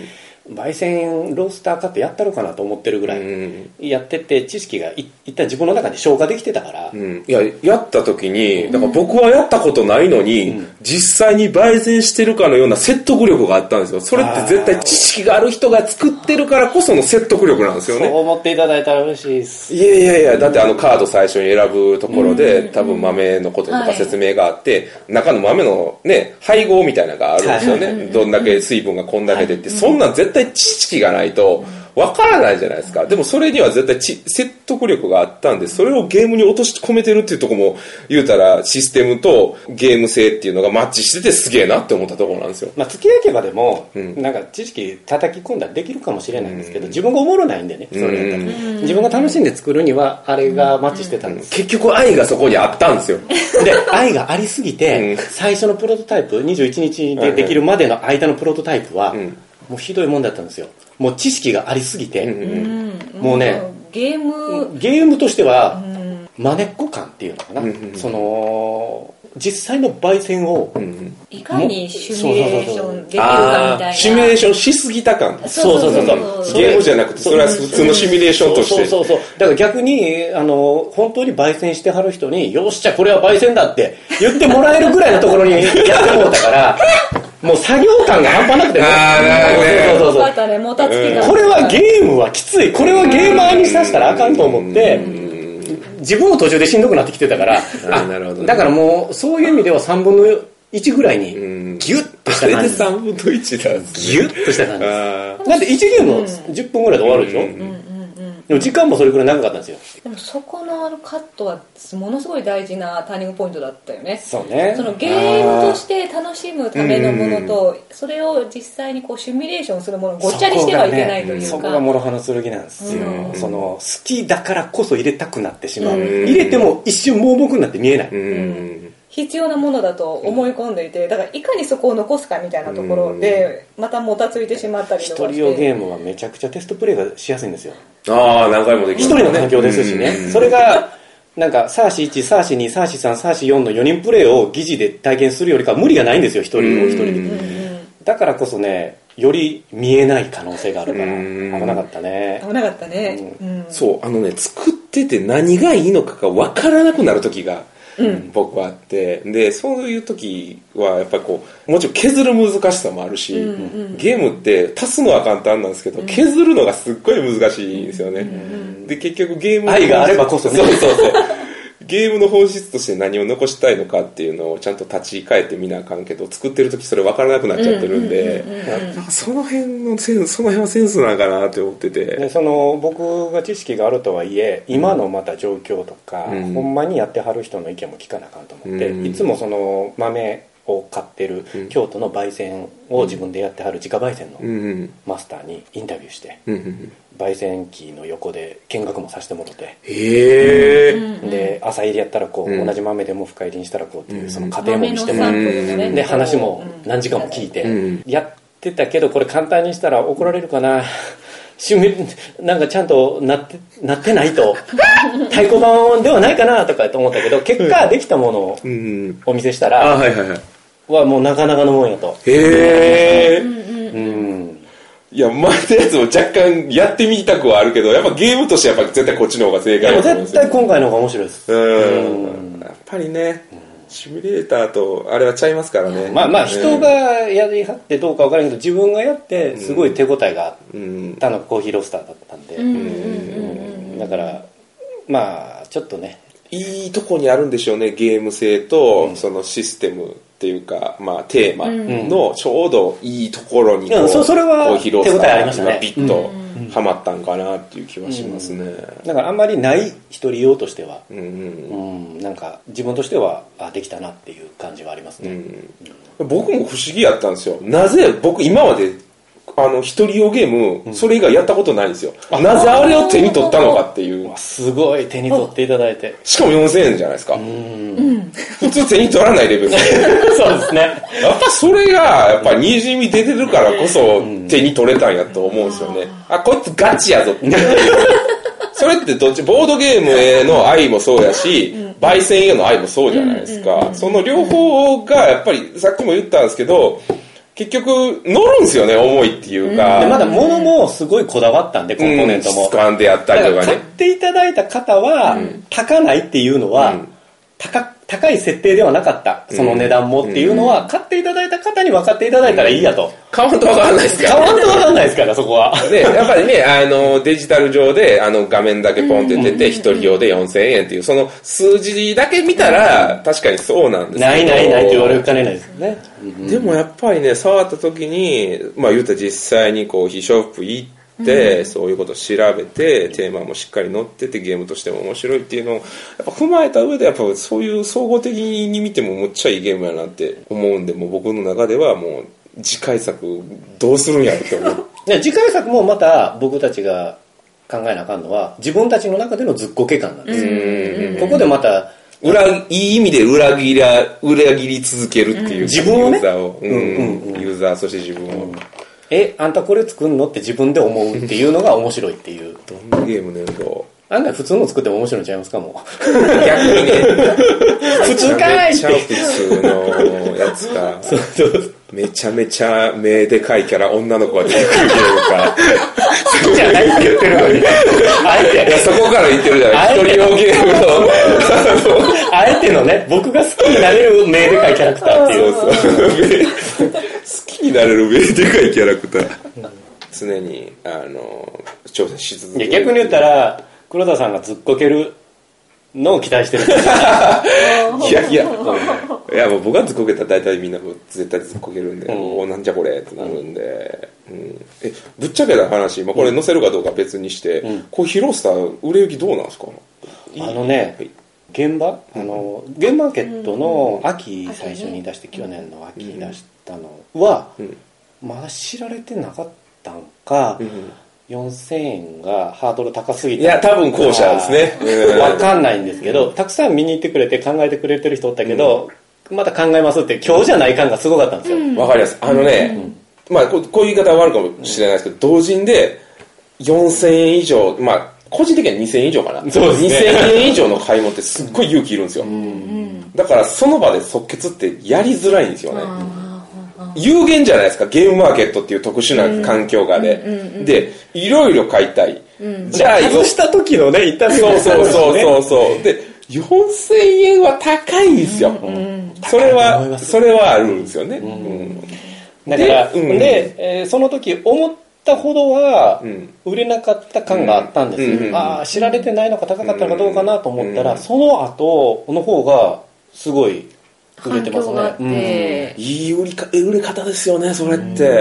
焙煎ロースター買ってやったのかなと思ってるぐらいやってて、知識がい一旦自分の中で消化できてたから、 うん、いややった時にだから僕はやったことないのに、うん、実際に焙煎してるかのような説得力があったんですよ。それって絶対知識がある人が作ってるからこその説得力なんですよね。 そう思っていただいたら嬉しいです。 いやいやいや、だってあのカード最初に選ぶところで、うん、多分豆のこととか説明があって、はい、中の豆のね配合みたいなのがあるんですよね、はい、どんだけ水分がこんだけでって、はい、そんなん絶対知識がないとわからないじゃないですか。でもそれには絶対ち説得力があったんで、それをゲームに落とし込めてるっていうところも言うたらシステムとゲーム性っていうのがマッチしててすげえなって思ったところなんですよ。 まあ付き合いけばでも、うん、なんか知識叩き込んだらできるかもしれないんですけど、自分がおもろないんでね、それやったら自分が楽しんで作るにはあれがマッチしてたんです。 結局愛がそこにあったんですよ。 で愛がありすぎて、最初のプロトタイプにじゅういちにちでできるまでの間のプロトタイプは、うんもうひどいもんだったんですよ。もう知識がありすぎて、うんうん、もうねゲームゲームとしてはまねっこ感っていうのかな、うんうん、その実際の焙煎を、うん、 いかにシミュレーションできるかみたいな、 シミュレーションしすぎた感。 そうそうそうそうゲームじゃなくてそれは普通のシミュレーションとして、 そうそうそうだから逆にあの本当に焙煎してはる人によっしゃこれは焙煎だって言ってもらえるぐらいのところにやってもらったからもう作業感が半端なくて、 ああ、なるほどね。 そうそうそう。もたつきが。 これはゲームはきつい。これはゲーマーにさせたらあかんと思って、自分も途中でしんどくなってきてたから、あ、なるほどね。だからもうそういう意味ではさんぶんのいちぐらいにギュッとした感じ。 さんぶんのいちなんですね。 ギュッとした感じです。なんでいちゲームじゅっぷんぐらいで終わるでしょ。うんうんでも時間もそれくらい長かったんですよ。 でもそこのあのカットはものすごい大事なターニングポイントだったよね。 そうね。 そのゲームとして楽しむためのものと、それを実際にこうシミュレーションするものをごっちゃにしてはいけないというか。 そこが諸刃の剣なんですよ。その好きだからこそ入れたくなってしまう。入れても一瞬盲目になって見えない。うん必要なものだと思い込んでいて、だからいかにそこを残すかみたいなところでまたもたついてしまったりとかして、 一人用ゲームはめちゃくちゃテストプレイがしやすいんですよ。 ああ何回もできる、 一人の環境ですしね。それがなんかサーシいち、サーシに、サーシさん、サーシよんのよにんプレイを疑似で体験するよりか無理がないんですよ、一人を一人で。だからこそねより見えない可能性があるから危なかったね。 危なかったね、 うんうん、そうあのね作ってて何がいいのかが分からなくなる時がうん、僕はあって、でそういう時はやっぱりこうもちろん削る難しさもあるし、うんうん、ゲームって足すのは簡単なんですけど、うん、削るのがすっごい難しいんですよね、うんうん、で結局ゲーム愛があればこそねそうそうそうゲームの本質として何を残したいのかっていうのをちゃんと立ち返ってみなあかんけど、作ってる時それ分からなくなっちゃってるんで、その辺のセンスその辺はセンスなんかなって思ってて、 でその僕が知識があるとはいえ今のまた状況とか、うん、ほんまにやってはる人の意見も聞かなあかんと思って、うん、いつもその豆を買ってる京都の焙煎を自分でやってはる自家焙煎のマスターにインタビューして、うんうん焙煎機の横で見学もさせてもらって、 へーで朝入りやったらこう、うん、同じ豆でも深入りにしたらこうっていう、うん、その過程も見せてもらって、うん、で話も何時間も聞いて、うん、やってたけどこれ簡単にしたら怒られるかななんかちゃんとなって、なってないと太鼓判ではないかなとかと思ったけど結果できたものをお見せしたら、 うんはいはいはい、 はもうなかなかのもんやと。 へー、うんいや、前のやつも若干やってみたくはあるけど、やっぱゲームとしてやっぱ絶対こっちの方が正解だと思うんですよ。 絶対今回の方が面白いです。 うん。やっぱりね、シミュレーターとあれはちゃいますからね。 まあまあ人がやりはってどうか分からんけど、自分がやってすごい手応えがあったのがコーヒーロースターだったんで。うんだから、まあちょっとね。 いいとこにあるんでしょうね、ゲーム性とそのシステム。っていうか、まあ、テーマのちょうどいいところにこう、うん、そそれはコーヒーロースターがビッとはまったんかなっていう気はしますね、うんうん、 だからあんまりない一人用としては、うんうんうん、なんか自分としてはあできたなっていう感じはありますね、 うん、僕も不思議やったんですよ。なぜ僕今まであの一人用ゲーム、うん、それ以外やったことないんですよ。なぜあれを手に取ったのかっていう。 すごい手に取っていただいて。 しかもよんせんえんじゃないですか。うん普通手に取らないレベル。 そうですね。 やっぱそれがやっぱにじみ出てるからこそ手に取れたんやと思うんですよね。あこいつガチやぞって。それってどっちボードゲームへの愛もそうやし、焙煎への愛もそうじゃないですか。その両方がやっぱりさっきも言ったんですけど。 結局乗るんですよね、重いっていうか、 うん、でまだ物もすごいこだわったんでコンポーネントも、 うん、質感であったりとかね。 買っていただいた方は、うん、高ないっていうのは、うん、高高い設定ではなかったその値段もっていうのは、うん、買っていただいた方に分かっていただいたらいいやと、うん、 買わんと分からないですから、 ね、買わんと分からないですからそこはでやっぱりねあのデジタル上であの画面だけポンって出て一人用でよんせんえんっていうその数字だけ見たら確かにそうなんですけど、 ないないないって言われかねないですよね、 うん、でもやっぱりね触った時にまあ言うたら実際にこう非ショップ行ってで、うん、そういうことを調べてテーマもしっかり載っててゲームとしても面白いっていうのをやっぱ踏まえた上でやっぱそういう総合的に見てもむっちゃいいゲームやなって思うんでもう僕の中ではもう次回作どうするんやって思う次回作もまた僕たちが考えなあかんのは自分たちの中でのずっこけ感なんですよ、うん、ここでまた裏いい意味で裏切り裏切り続けるっていう、うん、 自分をねユーザーを、うんうんうん、ユーザーそして自分を、うんえ、あんたこれ作るのって自分で思うっていうのが面白いっていう。 どんなゲームねんと。 あんな普通の作っても面白いんちゃいますかもう。 逆にね。 普通かーいって。めちゃめちゃ普通のやつか。そうそうめちゃめちゃ目でかいキャラ女の子が出てくるゲームか。 好きじゃないって言ってるのに。あえて。 いや、そこから言ってるじゃない。一人用ゲームの。 あえてのね、僕が好きになれる目でかいキャラクターっていう。 そうそう好きになれる目でかいキャラクター。常に、あの、挑戦し続ける。 逆に言ったら、黒田さんがずっこけるのを期待してる。 いやいや、いやもう僕がずっこけたら大体みんな絶対ずっこけるんで、うん、おなんじゃこれってなるんで、うん、えぶっちゃけた話、まあ、これ載せるかどうか別にして、うん、こうヒロスター売れ行きどうなんですか？ あのね、はい、現場あのゲームマーケットの秋最初に出して、去年の秋に出したのは、うん、まだ知られてなかったんか、うんよんせんえんがハードル高すぎて、 いや多分後者ですね分かんないんですけど、たくさん見に行ってくれて考えてくれてる人おったけど、うん、また考えますって今日じゃない感がすごかったんですよ。わ、 うん、かります。あのね、うん、まあこういう言い方は悪いかもしれないですけど、同人でよんせんえん以上、まあ個人的にはにせんえん以上かな、そうですね、にせんえん以上の買い物ってすっごい勇気いるんですよ、うん、だからその場で即決ってやりづらいんですよね。有限じゃないですか、ゲームマーケットっていう特殊な環境下で、うんうんうんうん、でいろいろ買いたい、うん、 じゃあ外した時のね、痛みそうそうそうそうそうでよんせんえんは高いんですよ、うんうん、それはそれはあるんですよね、うんうん、 だからで、うんでえー、その時思ったほどは売れなかった感があったんですよ、うんうんうん、ああ知られてないのか高かったのかどうかなと思ったら、うんうん、その後の方がすごい売れてますね、うん、 いい売りか売れ方ですよねそれって、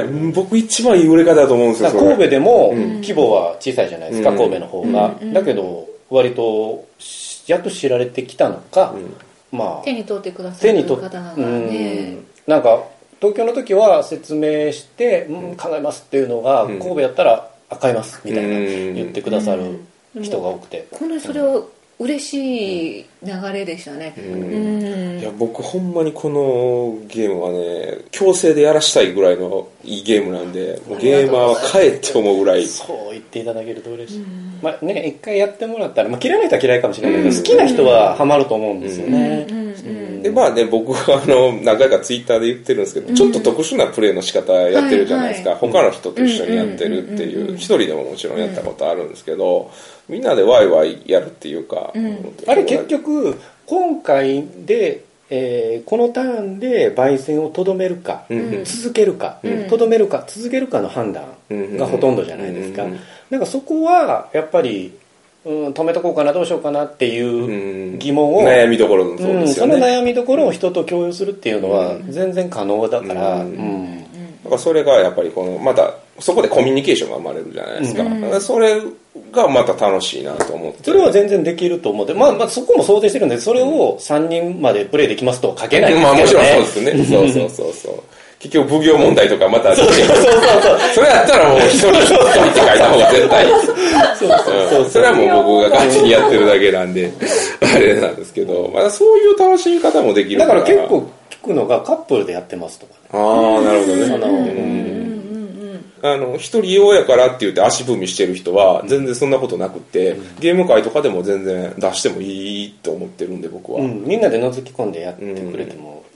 うん、僕一番いい売れ方だと思うんですよ。 神戸でも規模は小さいじゃないですか、うん、神戸の方が、うん、だけど割とやっと知られてきたのか、 うん、まあ手に取ってくださる方がね、 うん、なんか東京の時は説明して、うん、考えますっていうのが、うん、神戸やったら買いますみたいな言ってくださる人が多くて、 こんなにそれを嬉しい流れでしたね、うんうん、いや僕ほんまにこのゲームはね強制でやらしたいぐらいのいいゲームなんで、もうゲーマーは帰って思うぐらい。 そう言っていただけると嬉しい、うん、まあね一回やってもらったら、まあ、嫌いな人は嫌いかもしれないけど、うん、好きな人はハマると思うんですよね、うんうんうん、 でまあね僕はあの何回かツイッターで言ってるんですけど、うん、ちょっと特殊なプレイの仕方やってるじゃないですか、はいはい、他の人と一緒にやってるっていう、一人でももちろんやったことあるんですけど、みんなでワイワイやるっていうか、うん、 あれ結局今回で、えー、このターンで焙煎をとどめるか、うん、続けるかとど、うん、めるか続けるかの判断がほとんどじゃないですか、うんうん、なんかそこはやっぱり、うん、止めとこうかなどうしようかなっていう疑問を、 うん、悩みどころのそうですよね、うん、 その悩みどころを人と共有するっていうのは全然可能だから、うんうん、 だからそれがやっぱりこのまたそこでコミュニケーションが生まれるじゃないですか、うん、だからそれがまた楽しいなと思って、 それは全然できると思って、まあ、まあそこも想定してるんで、それをさんにんまでプレイできますとは書けないんですけどね、まあもちろんそうですよねそうそうそうそう結局奉行問題とかまたそうそうそうそうそれやったらもう一人一人って書いた方が絶対そうそうそう、うん、それはもう僕が勝手にやってるだけなんであれなんですけど、まだそういう楽しみ方もできるから、だから結構聞くのがカップルでやってますとかね、 ああなるほどね、その、うんあの一人用やからって言って足踏みしてる人は全然そんなことなくて、うん、ゲーム会とかでも全然出してもいいと思ってるんで僕は、 うん、みんなで覗き込んでやってくれても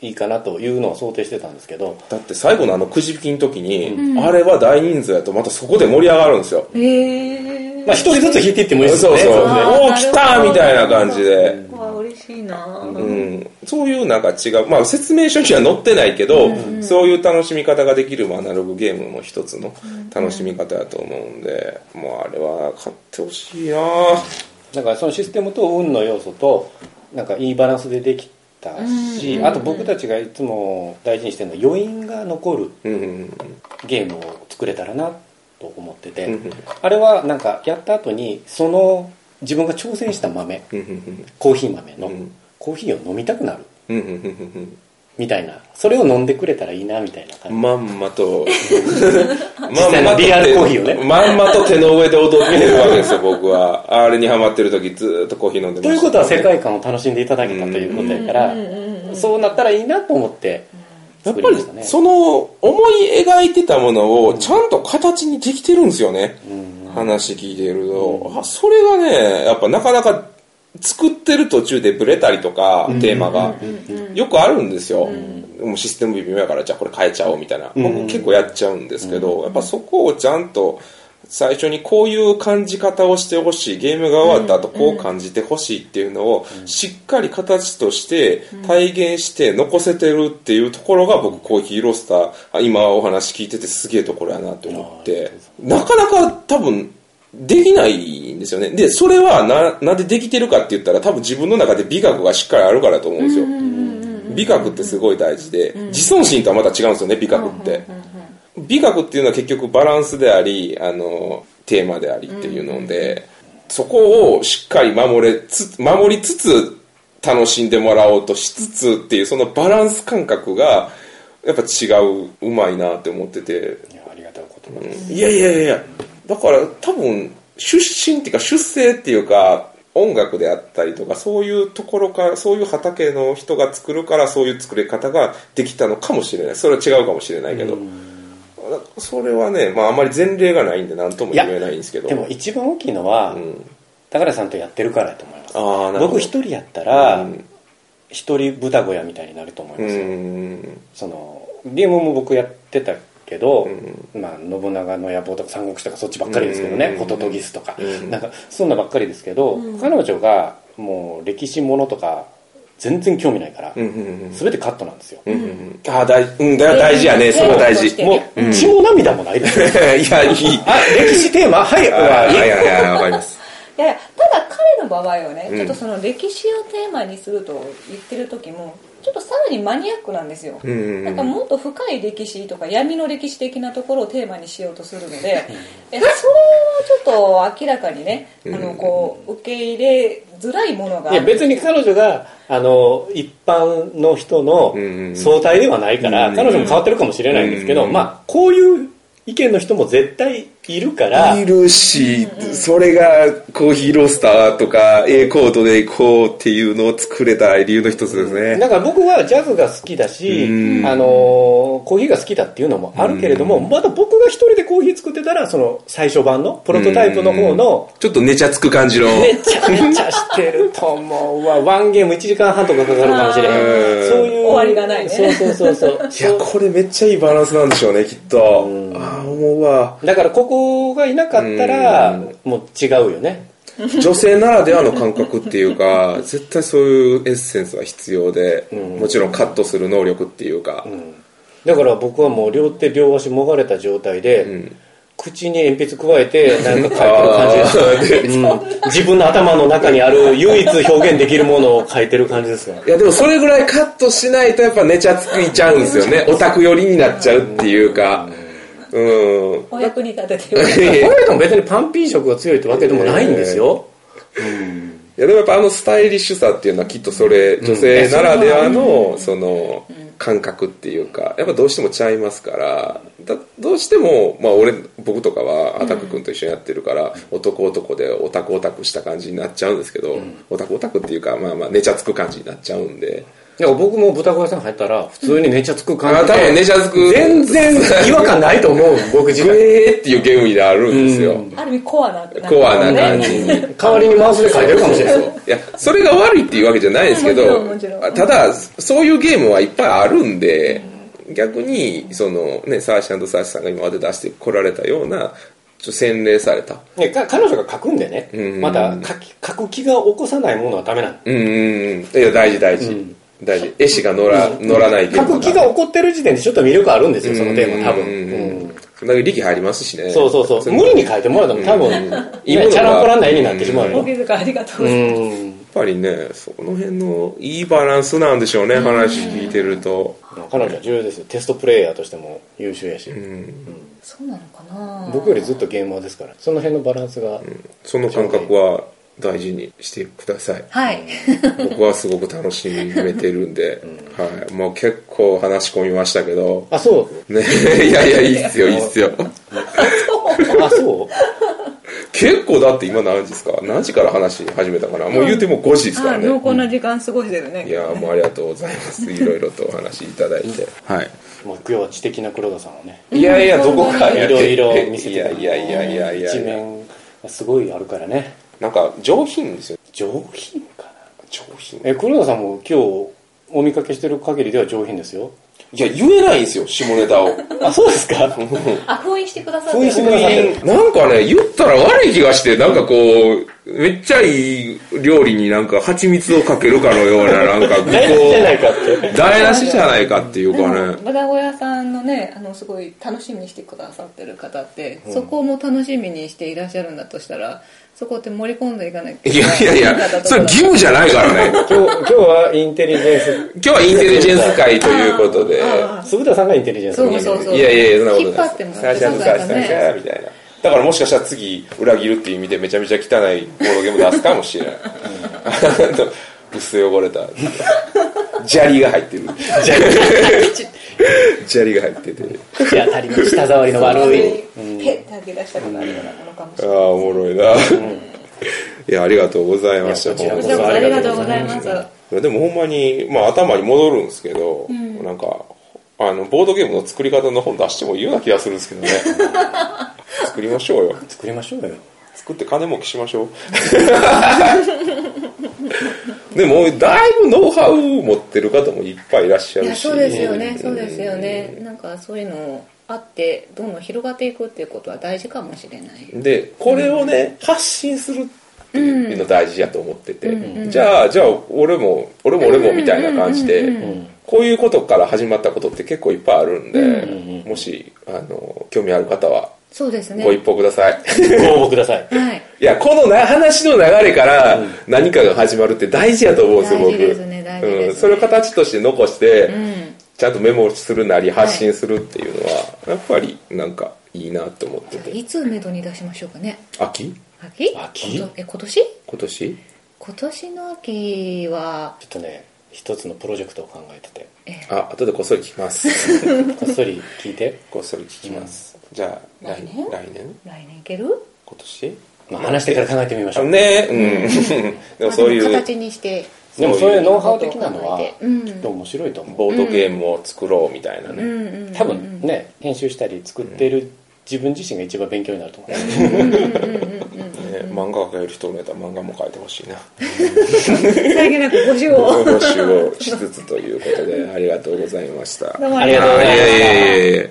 いいかなというのを想定してたんですけど、 だって最後のあのくじ引きの時に、うん、あれは大人数やとまたそこで盛り上がるんですよ。 へえ。 まあ一人ずつ引いていってもいいですよね。 そうそう。おー来たみたいな感じで。 わあ嬉しいな、 うん。そういうなんか違う、まあ説明書には載ってないけど、うんうん、そういう楽しみ方ができるアナログゲームの一つの楽しみ方だと思うんで、うんうん、もうあれは買ってほしいな。 だからそのシステムと運の要素となんかいいバランスでできたし、うんうん、あと僕たちがいつも大事にしてるのは余韻が残るゲームを作れたらなと思ってて、うんうん、あれはなんかやった後にその自分が挑戦した豆、うんうん、コーヒー豆のコーヒーを飲みたくなる、うんうんうん、みたいな、それを飲んでくれたらいいなみたいな感じ。 まんまと実際のリアルコーヒーをね、 まんまと手の上で踊ってるわけですよ僕は。あれにハマってる時ずっとコーヒー飲んでました、ね、 ということは世界観を楽しんでいただけたということやから、そうなったらいいなと思って作りましたね。 やっぱりその思い描いてたものをちゃんと形にできてるんですよね、うん、話聞いてると、うん、あそれがねやっぱなかなか作ってる途中でブレたりとか、うん、テーマがよくあるんですよ、うん、もうシステム微妙やからじゃあこれ変えちゃおうみたいな、うん、僕結構やっちゃうんですけど、うん、やっぱそこをちゃんと最初にこういう感じ方をしてほしい、ゲームが終わった後こう感じてほしいっていうのをしっかり形として体現して残せてるっていうところが僕コーヒーロースター今お話聞いててすげえところやなと思って、なかなか多分できないんですよね。でそれは な, なんでできてるかって言ったら多分自分の中で美学がしっかりあるからと思うんですよ。美学ってすごい大事で、自尊心とはまた違うんですよね美学って。美学っていうのは結局バランスでありあのテーマでありっていうので、うん、そこをしっかり守れつ守りつつ楽しんでもらおうとしつつっていうそのバランス感覚がやっぱ違う、うまいなって思ってて、 いやありがたい言葉です、 うん、いやいやいやだから多分出身っていうか出生っていうか音楽であったりとかそういうところからそういう畑の人が作るからそういう作り方ができたのかもしれない。それは違うかもしれないけど、うんそれはね、まあ、あんまり前例がないんで何とも言えないんですけど、 でも一番大きいのは、うん、高田さんとやってるからだと思います。あ僕一人やったら一、うん、人豚小屋みたいになると思いますよ、うん、そのゲームも僕やってたけど、うんまあ、信長の野望とか三国志とかそっちばっかりですけどね、ホトトギスとか、うん、なんかそんなばっかりですけど、うん、彼女がもう歴史ものとか全然興味ないから、うんうんうん、全てカットなんですよ、うんうん、 ああ 大,、うん、大事やね、それは大事。 もう、うん、血も涙もないですよいやいいあ歴史テーマはいはいやいやいやわかりますいやいやただ彼の場合はね、うん、ちょっとその歴史をテーマにすると言ってる時もちょっとさらにマニアックなんですよ、うんうんうん、なんかもっと深い歴史とか闇の歴史的なところをテーマにしようとするのでえそれはちょっと明らかにねあのこう受け入れづらいものがある。 いや別に彼女があの一般の人の相対ではないから、うんうん、彼女も変わってるかもしれないんですけど、うんうん、まあこういう意見の人も絶対いるからいるし、うんうん、それがコーヒーロースターとか A コードで行こうっていうのを作れた理由の一つですね。 だから僕はジャズが好きだし、うん、あのコーヒーが好きだっていうのもあるけれども、うん、まだ僕が一人でコーヒー作ってたらその最初版のプロトタイプの方の、 うん、ちょっとネチャつく感じのめちゃめちゃしてると思うわワンゲームいちじかんはんとかかかるかもしれへん、そういう終わりがないね。 そうそうそうそういやこれめっちゃいいバランスなんでしょうねきっと、うん、ああ思うわ。 だからここがいなかったらもう違うよね。 女性ならではの感覚っていうか絶対そういうエッセンスは必要で、うん、もちろんカットする能力っていうか、うん、 だから僕はもう両手両足もがれた状態で、うん、口に鉛筆加えてなんか書いてる感じです、うん、自分の頭の中にある唯一表現できるものを書いてる感じですよ。 いやでもそれぐらいカットしないとやっぱネチャついちゃうんですよねオタク寄りになっちゃうっていうか、 うん、お役に立ててる。 これでも別にパンピー色が強いってわけでもないんですよ、えーうん、いやでもやっぱあのスタイリッシュさっていうのはきっとそれ女性ならではのその感覚っていうかやっぱどうしてもちゃいますからだどうしても、まあ、俺僕とかはアタク君と一緒にやってるから、うん、男男でオタクオタクした感じになっちゃうんですけど、うん、オタクオタクっていうかまあまあネチャつく感じになっちゃうんでいや僕も豚小屋さん入ったら普通にネチャつく感じで、 あ、多分ネチャつく全然違和感ないと思う僕自体グエーっていうゲームになるんですよ、 ある意味コアなコアな感じに代わりにマウスで書いてるかもしれないいやそれが悪いっていうわけじゃないですけど、ただそういうゲームはいっぱいあるんで、逆にそのねサーシ&サーシさんが今まで出してこられたようなちょっと洗練された、 ね、彼女が書くんでね、うん、まだ書き書く気が起こさないものはダメなの。 うんうん、いや大事大事、うん、大事。絵師が乗ら、乗らないゲーム。書く気が起こってる時点でちょっと魅力あるんですよ、そのテーマ多分。うん。 そんだけ力入りますしね。 そうそうそう。無理に書いてもらったら多分、ね、チャランポランな絵になってしまうよ。 お気遣いありがとうございます。 やっぱりね、その辺のいいバランスなんでしょうね、話聞いてると。 彼女は重要ですよ。テストプレイヤーとしても優秀やし。うんうん、そうなのかな。 僕よりずっとゲーマーですから、その辺のバランスが、うん、 その感覚は大事にしてください。 はい。 僕はすごく楽しめてるんで、うん、はい。もう結構話し込みましたけど。 あ、そうね、いやいや、いいっすよ、いいっすよ。 あ、そう結構だって今何時ですか？何時から話し始めたかな？もう言うてもごじですからね。 濃厚な時間過ごしてるね。 いや、もうありがとうございます。いろいろとお話いただいて。はい。 もう今日は知的な黒田さんをね。 いやいや、どこかいろいろ見せていやいやいやいやいや。 一面がすごいあるからね。 なんか上品ですよ。 上品かな。 上品。 え、黒田さんも今日お見かけしてる限りでは上品ですよ。 いや、言えないんですよ、下ネタを。 あ、そうですか？ あ、封印してくださって封印してくださってなんかね、言ったら悪い気がして、なんかこう、めっちゃいい料理になんか蜂蜜をかけるかのような、なんか、こう、 台無しじゃないかって。 台無しじゃないかっていうかね。 バダ小屋さんのね、あの、すごい楽しみにしてくださってる方って、うん、そこも楽しみにしていらっしゃるんだとしたら、そこって盛り込んでいかないといけない。いやいやいや、それ義務じゃないからね。 今日、今日はインテリジェンス。 今日はインテリジェンス会ということで。 鈴田さんがインテリジェンス。 そうそうそう。 いやいやいや、そんなことない。 引っ張ってもらって。最初の最初のみたいな。だからもしかしたら次、裏切るっていう意味でめちゃめちゃ汚いボードゲーム出すかもしれない。薄汚れた。砂利が入ってる。砂利砂利が入ってて。 口当たりの舌触りの悪い。 ペッて吐き出したくなるようなものかもしれない。ああ、おもろいな。いや、ありがとうございました。 こちらこそありがとうございます。 でもほんまに、まあ頭に戻るんですけど、うん、なんか、あの、ボードゲームの作り方の本出してもいいような気がするんですけどね。作りましょうよ。 作りましょうよ。 作って金儲けしましょう。でも、だいぶノウハウを持ってる方もいっぱいいらっしゃるし。いや、 そうですよね、そうですよね。なんかそういうのあって、どんどん広がっていくっていうことは大事かもしれない。 で、これをね、うん、発信するっていうの大事やと思ってて、うん、じゃあ、じゃあ、俺も、俺も俺もみたいな感じで、こういうことから始まったことって結構いっぱいあるんで、うん、もし、あの、興味ある方は、 そうですね。 ご一報ください。 ご応募ください。 はい。 いや、このな話の流れから何かが始まるって大事やと思うんですよ、僕。 大事ですね、大事ですね。 うん。それを形として残して、うん、ちゃんとメモするなり発信するっていうのは、はい、やっぱりなんかいいなと思ってて。 いつメドに出しましょうかね。 秋？ 秋？ 秋？ え、今年？ 今年？ 今年の秋は、 ちょっとね、一つのプロジェクトを考えてて。 ええ、あ、後でこっそり聞きます。 こっそり聞いて。 こっそり聞きます。うん、じゃあ、 来年？ 来年？ 来年いける？ 今年？ まあ話してから考えてみましょう。 ね、うん。でもそういう。 形にして。 でもそういうノウハウ的なのは、うん、面白いと思う。 ボードゲームを作ろうみたいなね。 うん、 多分ね、編集したり作ってる自分自身が一番勉強になると思う。 漫画描ける人もいたら漫画も描いてほしいな。 最近なんか募集を。 募集をしつつということで、ありがとうございました。 どうもありがとうございました。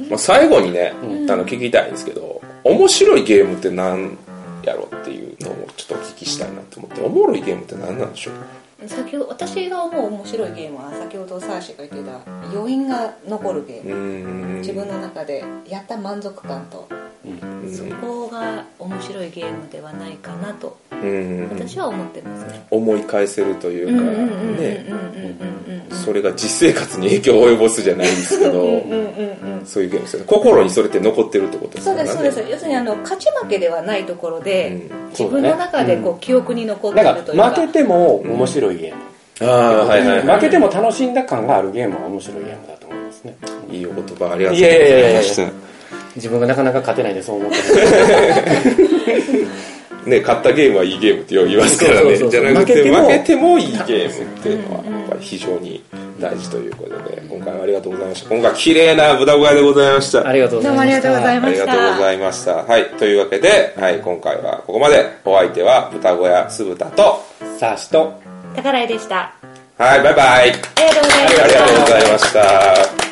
まあ、最後にね、うん、あの聞きたいんですけど、面白いゲームって何やろっていうのをちょっとお聞きしたいなと思って、おもろいゲームって何なんでしょう？ 先ほど私が思う面白いゲームは先ほどサーシが言ってた余韻が残るゲーム、自分の中でやった満足感と、そこが面白いゲームではないかなと私は思ってますね。 思い返せるというかね、それが実生活に影響を及ぼすじゃないんですけど、そういうゲームですよね。心にそれって残ってるってことですかね。 そうですそうです。要するにあの勝ち負けではないところで、うん、自分の中でこう、うん、記憶に残ってるというか、 負けても面白いゲーム、 うん、ああはいはい、はい、 負けても楽しんだ感があるゲームは面白いゲームだと思いますね。 いいお言葉ありがとうございました。 自分がなかなか勝てないでそう思ってる。 ね、勝ったゲームはいいゲームってよく言いますからね。そうそうそうそうじゃなくて負けてもいいゲームっていうのはやっぱり非常に大事ということで、今回はありがとうございました。今回綺麗な豚小屋でございました。 ありがとうございました。 どうもありがとうございました。 ありがとうございました。はい、というわけで、はい、今回はここまで。お相手は豚小屋酢豚とサーシと宝井でした。 はい、バイバイ。ありがとうございました。 ありがとうございました。